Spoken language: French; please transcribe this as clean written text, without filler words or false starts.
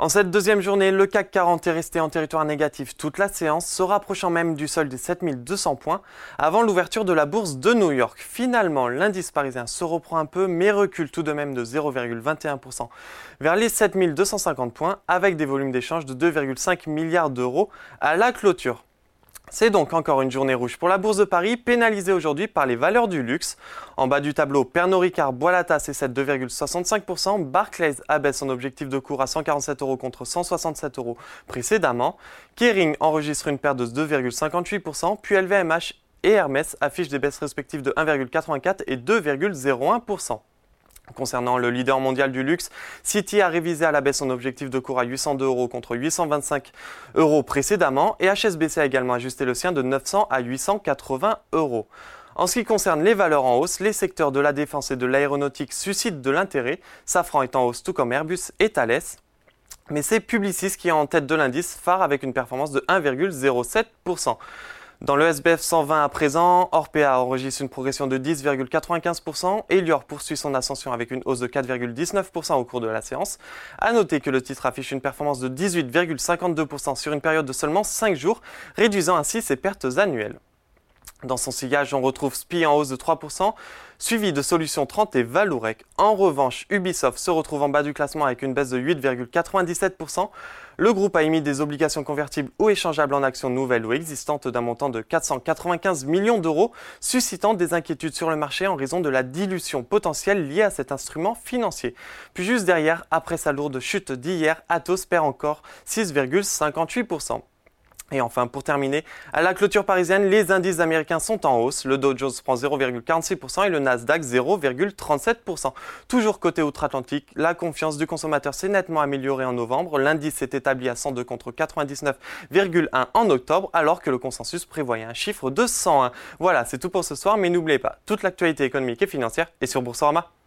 En cette deuxième journée, le CAC 40 est resté en territoire négatif toute la séance, se rapprochant même du seuil des 7200 points avant l'ouverture de la bourse de New York. Finalement, l'indice parisien se reprend un peu mais recule tout de même de 0,21% vers les 7250 points avec des volumes d'échange de 2,5 milliards d'euros à la clôture. C'est donc encore une journée rouge pour la Bourse de Paris, pénalisée aujourd'hui par les valeurs du luxe. En bas du tableau, Pernod Ricard boit la tasse et cède 2,65%. Barclays abaisse son objectif de cours à 147 € contre 167 € précédemment. Kering enregistre une perte de 2,58%, puis LVMH et Hermès affichent des baisses respectives de 1,84% et 2,01%. Concernant le leader mondial du luxe, City a révisé à la baisse son objectif de cours à 802 € contre 825 € précédemment et HSBC a également ajusté le sien de 900 à 880 €. En ce qui concerne les valeurs en hausse, les secteurs de la défense et de l'aéronautique suscitent de l'intérêt. Safran est en hausse tout comme Airbus et Thales. Mais c'est Publicis qui est en tête de l'indice phare avec une performance de 1,07%. Dans le SBF 120 à présent, Orpea enregistre une progression de 10,95%, Elior poursuit son ascension avec une hausse de 4,19% au cours de la séance. A noter que le titre affiche une performance de 18,52% sur une période de seulement 5 jours, réduisant ainsi ses pertes annuelles. Dans son sillage, on retrouve SPI en hausse de 3%, suivi de Solutions 30 et Valourec. En revanche, Ubisoft se retrouve en bas du classement avec une baisse de 8,97%. Le groupe a émis des obligations convertibles ou échangeables en actions nouvelles ou existantes d'un montant de 495 millions d'euros, suscitant des inquiétudes sur le marché en raison de la dilution potentielle liée à cet instrument financier. Puis juste derrière, après sa lourde chute d'hier, Atos perd encore 6,58%. Et enfin, pour terminer, à la clôture parisienne, les indices américains sont en hausse. Le Dow Jones prend 0,46% et le Nasdaq 0,37%. Toujours côté outre-Atlantique, la confiance du consommateur s'est nettement améliorée en novembre. L'indice s'est établi à 102 contre 99,1 en octobre, alors que le consensus prévoyait un chiffre de 101. Voilà, c'est tout pour ce soir, mais n'oubliez pas, toute l'actualité économique et financière est sur Boursorama.